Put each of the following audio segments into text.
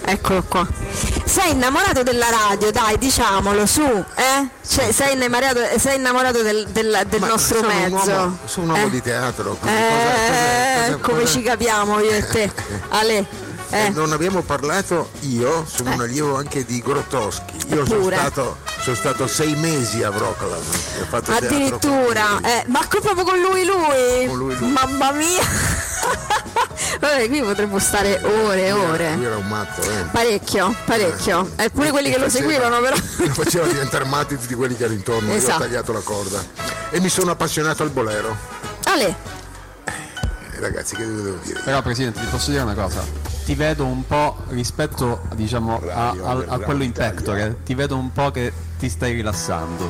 Eccolo qua. Sei innamorato della radio, dai, diciamolo, su, Cioè, sei innamorato del nostro mezzo. Sono un uomo di teatro. Come ci capiamo io e te? Ale. Non abbiamo parlato, io sono un allievo anche di Grotowski. Io sono stato 6 mesi a Wroclaw. Addirittura, ma proprio con lui? Con lui. Mamma mia! Vabbè, qui potremmo stare ore e ore. Lui era un matto, Parecchio. Pure quelli che lo seguivano, però. Lo faceva diventare matti tutti quelli che erano intorno. Esatto. Io ho tagliato la corda. E mi sono appassionato al bolero. Ale. Ragazzi, che devo dire? Però Presidente, ti posso dire una cosa, ti vedo un po' rispetto, diciamo, a quello in pectore, ti vedo un po' che ti stai rilassando.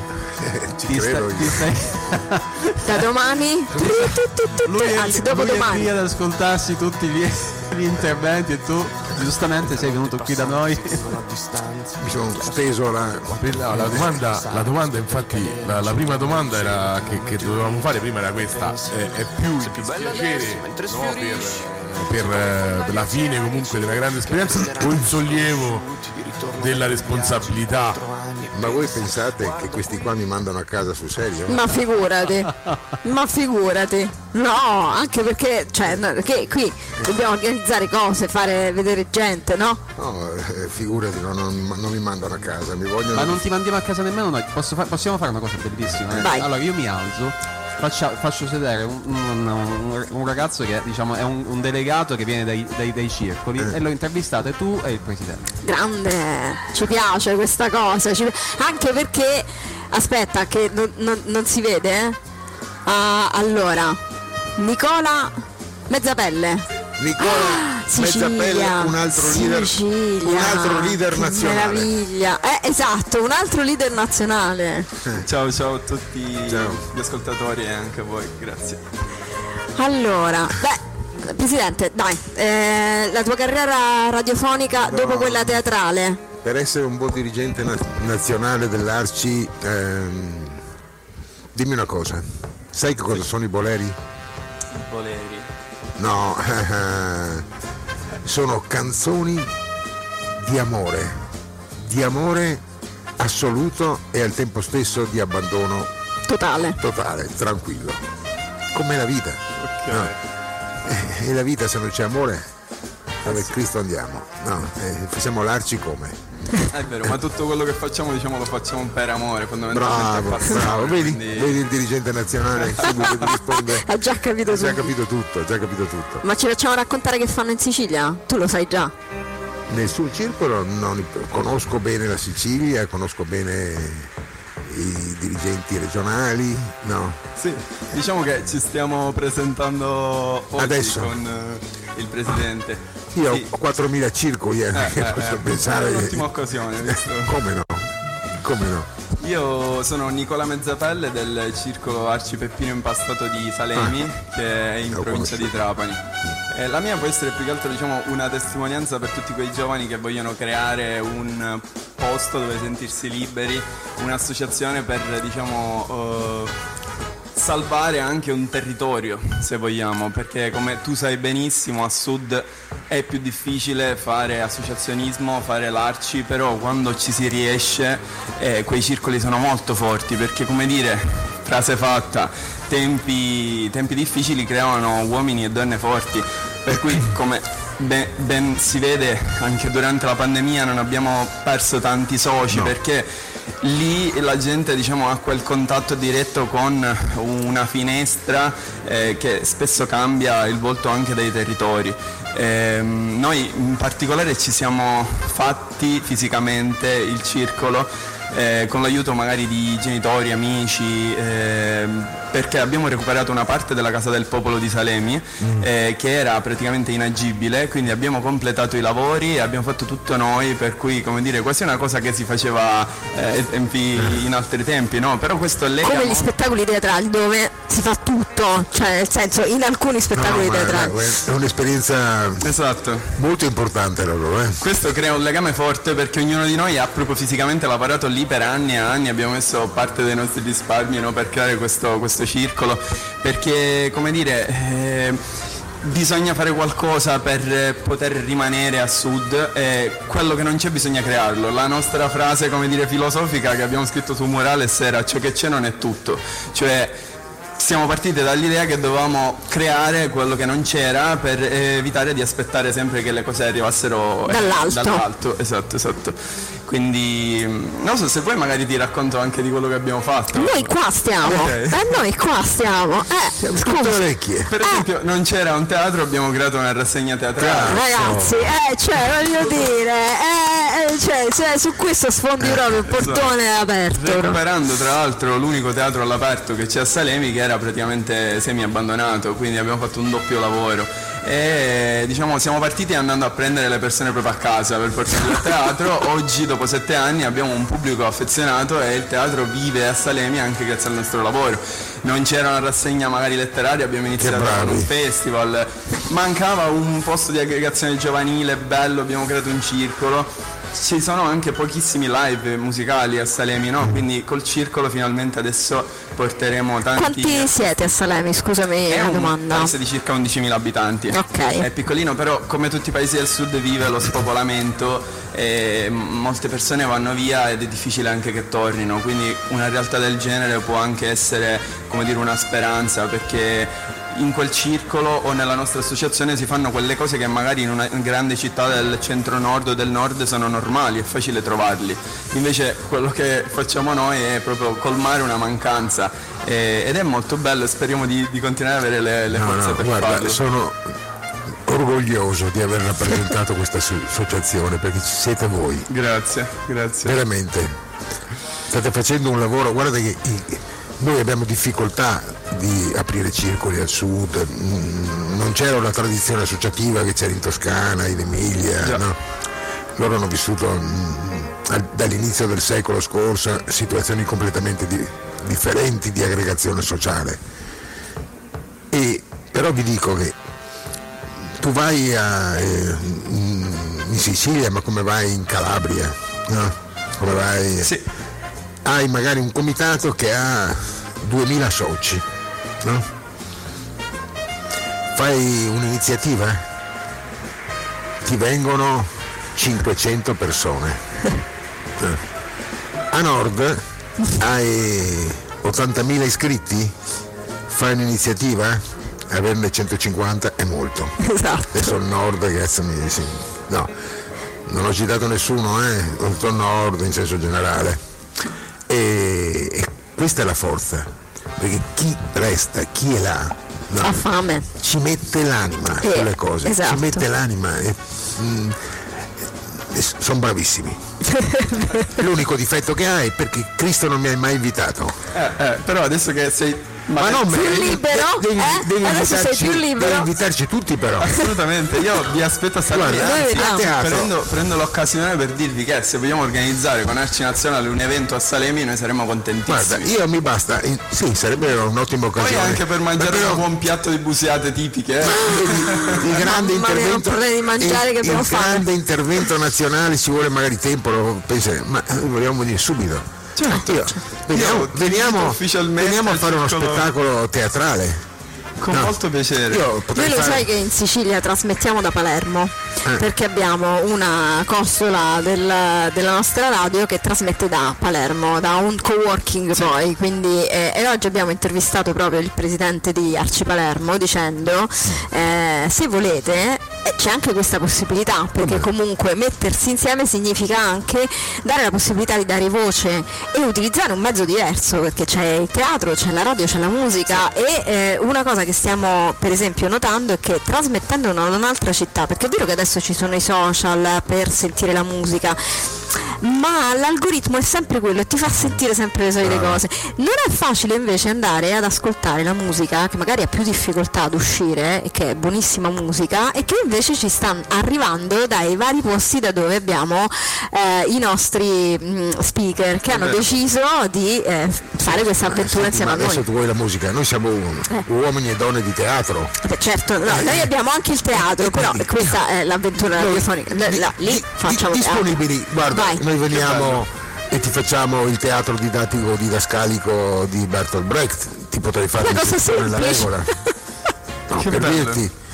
Da domani? Anzi, dopo domani. Lui è ad ascoltarsi tutti gli interventi e tu giustamente sei venuto qui da noi. Mi sono steso la domanda infatti, la prima domanda era che dovevamo fare prima era questa, è più il dispiacere, no, per la fine comunque della grande esperienza o il sollievo della responsabilità? Ma voi pensate che questi qua mi mandano a casa sul serio? Ma figurati. No, anche perché che qui dobbiamo organizzare cose, fare vedere gente, no? No, figurati, non mi mandano a casa, mi vogliono. Ma non ti mandiamo a casa nemmeno noi, possiamo fare una cosa bellissima. Vai. Allora io mi alzo, faccio sedere un ragazzo che, diciamo, è un delegato che viene dai circoli e lo intervistate tu e il presidente. Grande, ci piace questa cosa, anche perché aspetta che non si vede, allora Nicola Mezzapelle. Mezzapelle, un altro leader nazionale. Meraviglia, esatto, un altro leader nazionale. Ciao a tutti gli ascoltatori e anche a voi, grazie. Allora, Presidente, dai, la tua carriera radiofonica dopo quella teatrale? Per essere un buon dirigente nazionale dell'Arci, dimmi una cosa, sai che cosa sono i boleri? I boleri? No, sono canzoni di amore assoluto e al tempo stesso di abbandono totale, tranquillo, come la vita. Okay. No? E la vita, se non c'è amore, dove Cristo andiamo? No, siamo l'Arci come? È vero, ma tutto quello che facciamo, diciamo, lo facciamo per amore, fondamentalmente. Bravo, vedi il dirigente nazionale subito ti risponde. Ha già capito tutto. Ma ci facciamo raccontare che fanno in Sicilia? Tu lo sai già? Nel suo circolo conosco bene la Sicilia, conosco bene i dirigenti regionali, no? Sì, diciamo che ci stiamo presentando oggi adesso con il presidente. Io ho 4.000 circoli, posso pensare. È un'ottima occasione, visto? Come no? Io sono Nicola Mezzapelle del circolo Arci Peppino Impastato di Salemi, che è in provincia di Trapani. La mia può essere più che altro, diciamo, una testimonianza per tutti quei giovani che vogliono creare un posto dove sentirsi liberi, un'associazione per, diciamo, salvare anche un territorio, se vogliamo, perché come tu sai benissimo a sud è più difficile fare associazionismo, fare l'Arci, però quando ci si riesce quei circoli sono molto forti, perché, come dire, frase fatta, tempi difficili creano uomini e donne forti, per cui, come ben si vede anche durante la pandemia, non abbiamo perso tanti soci, no. Perché lì la gente, diciamo, ha quel contatto diretto con una finestra che spesso cambia il volto anche dei territori. Noi in particolare ci siamo fatti fisicamente il circolo con l'aiuto magari di genitori, amici, perché abbiamo recuperato una parte della Casa del Popolo di Salemi che era praticamente inagibile, quindi abbiamo completato i lavori e abbiamo fatto tutto noi, per cui, come dire, quasi una cosa che si faceva in altri tempi, no? Però questo è come gli spettacoli teatrali dove si fa tutto, cioè nel senso, in alcuni spettacoli teatrali è un'esperienza molto importante loro, Questo crea un legame forte, perché ognuno di noi ha proprio fisicamente lavorato lì per anni e anni, abbiamo messo parte dei nostri risparmi, no, per creare questo circolo, perché, come dire, bisogna fare qualcosa per poter rimanere a sud e quello che non c'è bisogna crearlo. La nostra frase, come dire, filosofica che abbiamo scritto su Murales era: ciò che c'è non è tutto, cioè siamo partiti dall'idea che dovevamo creare quello che non c'era per evitare di aspettare sempre che le cose arrivassero dall'alto. Esatto. Quindi non so, se poi magari ti racconto anche di quello che abbiamo fatto. Noi qua stiamo. Ok. Noi qua stiamo. Tutte orecchie. Per esempio non c'era un teatro, abbiamo creato una rassegna teatrale. Ragazzi, cioè voglio dire, cioè, su questo sfondi proprio il portone aperto. Recuperando tra l'altro l'unico teatro all'aperto che c'è a Salemi, che era praticamente semi abbandonato, quindi abbiamo fatto un doppio lavoro. E diciamo siamo partiti andando a prendere le persone proprio a casa per portarle al teatro. Oggi dopo 7 anni abbiamo un pubblico affezionato e il teatro vive a Salemi anche grazie al nostro lavoro. Non c'era una rassegna magari letteraria, abbiamo iniziato con un festival, mancava un posto di aggregazione giovanile bello, abbiamo creato un circolo. Ci sono anche pochissimi live musicali a Salemi, no? Quindi col circolo finalmente adesso porteremo tanti. Quanti siete a Salemi? Scusami, è una un domanda. paese di circa 11.000 abitanti. Ok. È piccolino, però come tutti i paesi del sud vive lo spopolamento e molte persone vanno via ed è difficile anche che tornino, quindi una realtà del genere può anche essere, come dire, una speranza, perché in quel circolo o nella nostra associazione si fanno quelle cose che magari in una grande città del centro-nord o del nord sono normali, è facile trovarli. Invece quello che facciamo noi è proprio colmare una mancanza ed è molto bello e speriamo di continuare ad avere le forze per farlo. Sono orgoglioso di aver rappresentato questa associazione, perché ci siete voi. Grazie. Veramente. State facendo un lavoro, guarda che noi abbiamo difficoltà di aprire circoli al sud, non c'era una tradizione associativa che c'era in Toscana, in Emilia, no? Loro hanno vissuto dall'inizio del secolo scorso situazioni completamente differenti di aggregazione sociale. Però vi dico che tu vai in Sicilia, ma come vai in Calabria, no? Come vai? Sì. Hai magari un comitato che ha 2000 soci, no? Fai un'iniziativa, ti vengono 500 persone. A nord hai 80.000 iscritti, fai un'iniziativa, averne 150 è molto. Esatto. Adesso il nord, ragazzi, no, non ho citato nessuno, tutto il nord in senso generale. E questa è la forza, perché chi resta, chi è là, no, ha fame, ci mette l'anima sulle cose, esatto. Ci mette l'anima e sono bravissimi. L'unico difetto che hai è perché Cristo non mi ha mai invitato. Però adesso che sei Ma non più libero? devi Adesso sei più libero? Devi invitarci tutti, però. Assolutamente, io vi aspetto a Salemi. Guarda, prendo l'occasione per dirvi che se vogliamo organizzare con Arci Nazionale un evento a Salemi noi saremmo contentissimi. Guarda, io mi basta, sì, sarebbe un'ottima Poi occasione. anche per mangiare però, un buon piatto di busiate tipiche. il grande Mamma mia, non parlerei di mangiare che abbiamo il grande intervento nazionale ci vuole magari tempo, ma vogliamo venire subito. Certo. Veniamo ufficialmente a fare uno circolo- spettacolo teatrale. Con molto piacere. Io potrei Noi lo fare... sai che in Sicilia trasmettiamo da Palermo perché abbiamo una costola della nostra radio che trasmette da Palermo, da un coworking poi, quindi e oggi abbiamo intervistato proprio il presidente di Arci Palermo dicendo se volete c'è anche questa possibilità, perché comunque mettersi insieme significa anche dare la possibilità di dare voce e utilizzare un mezzo diverso, perché c'è il teatro, c'è la radio, c'è la musica e una cosa che stiamo per esempio notando è che trasmettendo in un'altra città, perché è vero che adesso ci sono i social per sentire la musica, ma l'algoritmo è sempre quello e ti fa sentire sempre le solite cose. Non è facile invece andare ad ascoltare la musica che magari ha più difficoltà ad uscire e che è buonissima musica e che invece ci sta arrivando dai vari posti da dove abbiamo i nostri speaker che hanno deciso di fare questa avventura insieme a noi. Adesso tu vuoi la musica, noi siamo uomini e donne di teatro. Certo, no, noi abbiamo anche il teatro, però questa è l'avventura radiofonica. Lì facciamo disponibili, guarda, Vai. noi veniamo e ti facciamo il teatro didattico didascalico di Bertolt Brecht, ti potrei fare Una cosa l'inserzione della semplice. regola. No, Che per bello. dirti,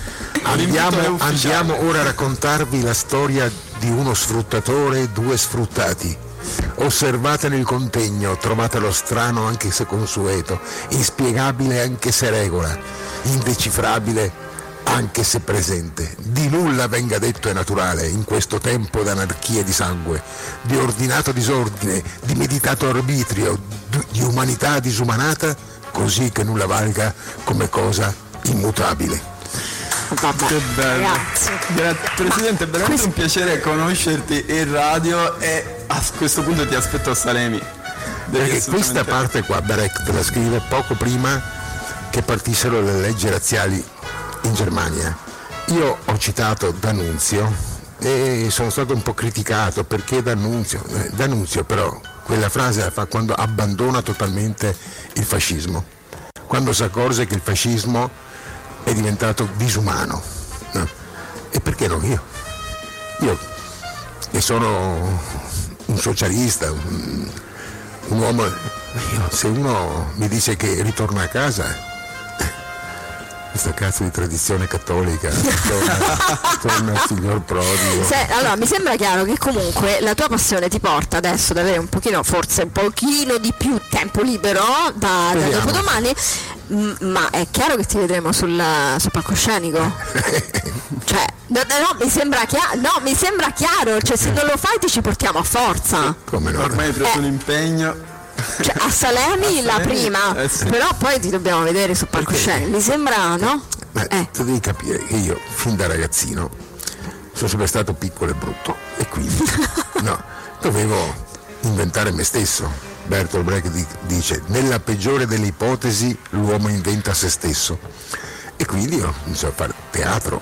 Andiamo ora a raccontarvi la storia di uno sfruttatore e 2 sfruttati. Osservatene il contegno, trovatelo strano anche se consueto, inspiegabile anche se regola, indecifrabile anche se presente. Di nulla venga detto è naturale in questo tempo d'anarchia e di sangue, di ordinato disordine, di meditato arbitrio, di umanità disumanata, così che nulla valga come cosa immutabile. Vabbè, Che bello. ragazzi. Presidente, è veramente un piacere conoscerti in radio e a questo punto ti aspetto a Salemi. Perché questa parte qua Brecht la scrive poco prima che partissero le leggi razziali in Germania. Io ho citato D'Annunzio e sono stato un po' criticato perché D'Annunzio però quella frase la fa quando abbandona totalmente il fascismo, quando si accorge che il fascismo è diventato disumano, no? E perché no? Io che sono un socialista, un uomo, se uno mi dice che ritorna a casa, questa cazzo di tradizione cattolica, torna il signor Prodi. Allora mi sembra chiaro che comunque la tua passione ti porta adesso ad avere forse un pochino di più tempo libero da dopodomani, ma è chiaro che ti vedremo sul palcoscenico. Cioè, no, mi sembra chiaro, cioè se non lo fai ti ci portiamo a forza. Come no? Ormai hai preso un impegno. Cioè, a Salemi la prima, sì. però poi ti dobbiamo vedere sul palcoscenico. Mi sembra, no? Tu devi capire che io fin da ragazzino sono sempre stato piccolo e brutto e quindi dovevo inventare me stesso. Bertolt Brecht dice: nella peggiore delle ipotesi l'uomo inventa se stesso, e quindi io inizio a fare teatro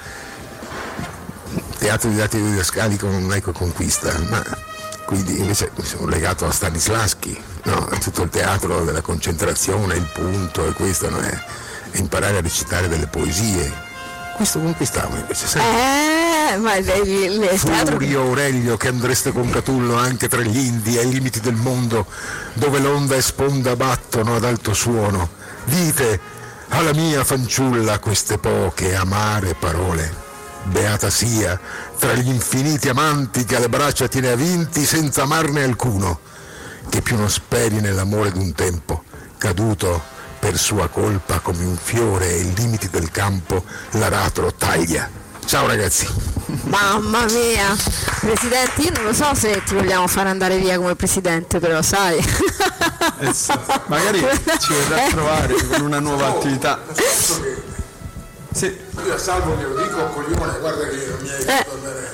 didattico didascalico con Ecco Conquista, ma quindi invece mi sono legato a Stanislavski, tutto il teatro della concentrazione, il punto e questo, no? E imparare a recitare delle poesie. Questo conquistavo invece, sai? Ma il teatro... Furio Aurelio, che andreste con Catullo anche tra gli indi ai limiti del mondo, dove l'onda e sponda battono ad alto suono. Dite alla mia fanciulla queste poche amare parole. Beata sia tra gli infiniti amanti che alle braccia tiene avinti senza amarne alcuno, che più non speri nell'amore d'un tempo caduto per sua colpa come un fiore ai limiti del campo l'aratro taglia. Ciao ragazzi. Mamma mia, Presidente, io non lo so se ti vogliamo fare andare via come Presidente, però sai. Magari ci verrà a trovare con una nuova attività. Sì. Io a Salvo glielo dico, coglione, guarda che non mi hai fatto andare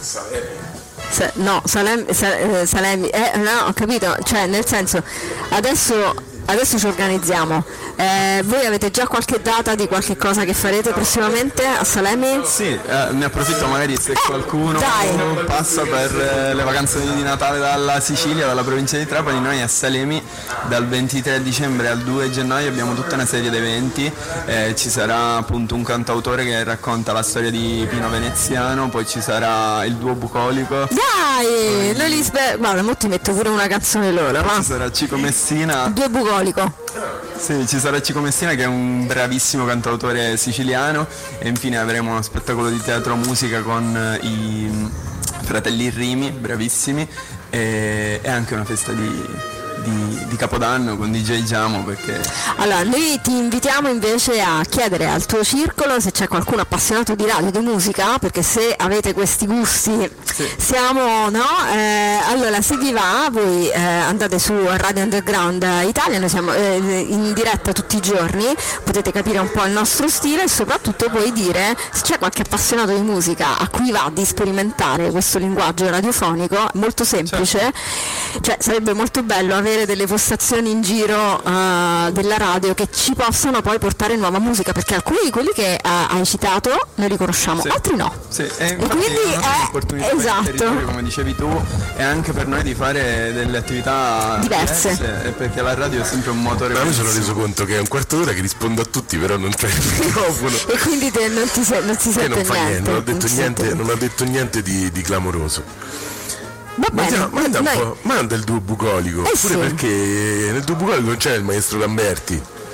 a Salemi. Salemi, no, ho capito, cioè nel senso, adesso ci organizziamo. Voi avete già qualche data di qualche cosa che farete prossimamente a Salemi? Sì, ne approfitto magari se qualcuno passa per le vacanze di Natale dalla Sicilia, dalla provincia di Trapani. Noi a Salemi dal 23 dicembre al 2 gennaio abbiamo tutta una serie di eventi, ci sarà appunto un cantautore che racconta la storia di Pino Veneziano, poi ci sarà il duo bucolico. Dai, noi guarda, mo ti metto pure una canzone loro, va? Ci sarà Cico Messina. Il duo bucolico. Sì, ci sarà Cico Messina che è un bravissimo cantautore siciliano, e infine avremo uno spettacolo di teatro musica con i fratelli Rimi, bravissimi, e anche una festa di Capodanno con DJ Giamo, perché... Allora, noi ti invitiamo invece a chiedere al tuo circolo se c'è qualcuno appassionato di radio, di musica, perché se avete questi gusti siamo, no? Allora, se vi va, voi andate su Radio Underground Italia, noi siamo in diretta tutti i giorni, potete capire un po' il nostro stile e soprattutto puoi dire se c'è qualche appassionato di musica a cui va di sperimentare questo linguaggio radiofonico, molto semplice, cioè sarebbe molto bello avere delle postazioni in giro della radio che ci possano poi portare nuova musica, perché alcuni di quelli che hai citato noi li conosciamo, altri no. Sì, e quindi è esatto, come dicevi tu, è anche per noi di fare delle attività diverse, perché la radio è sempre un motore. Ma mi sono reso conto che è un quarto d'ora che rispondo a tutti, però non c'è il microfono. E quindi non si sente non fa niente, non ho detto niente di clamoroso. Va bene, manda il duo bucolico, pure sì. Perché nel duo bucolico non c'è il maestro Lamberti.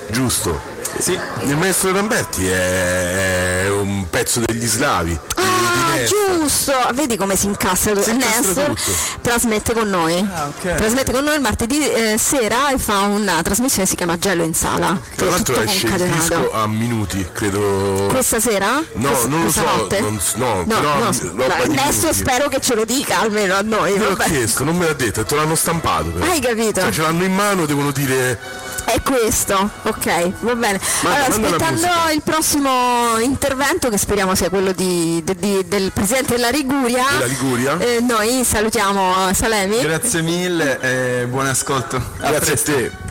giusto? Sì. Il maestro Lamberti è un pezzo degli slavi. Giusto, vedi come si incassa Nestor, trasmette con noi il martedì sera e fa una trasmissione che si chiama Gelo in Sala. Tra l'altro esce il disco a minuti, credo. Questa sera? No, non lo so, notte? Nestor spero che ce lo dica almeno a noi. Me l'ho chiesto, non me l'ha detto, te l'hanno stampato però. Hai capito? Cioè, ce l'hanno in mano, devono dire. È questo, ok, va bene. Allora, aspettando il prossimo intervento, che speriamo sia quello del presidente della Liguria. Noi salutiamo Salemi. Grazie mille e buon ascolto. Grazie a te.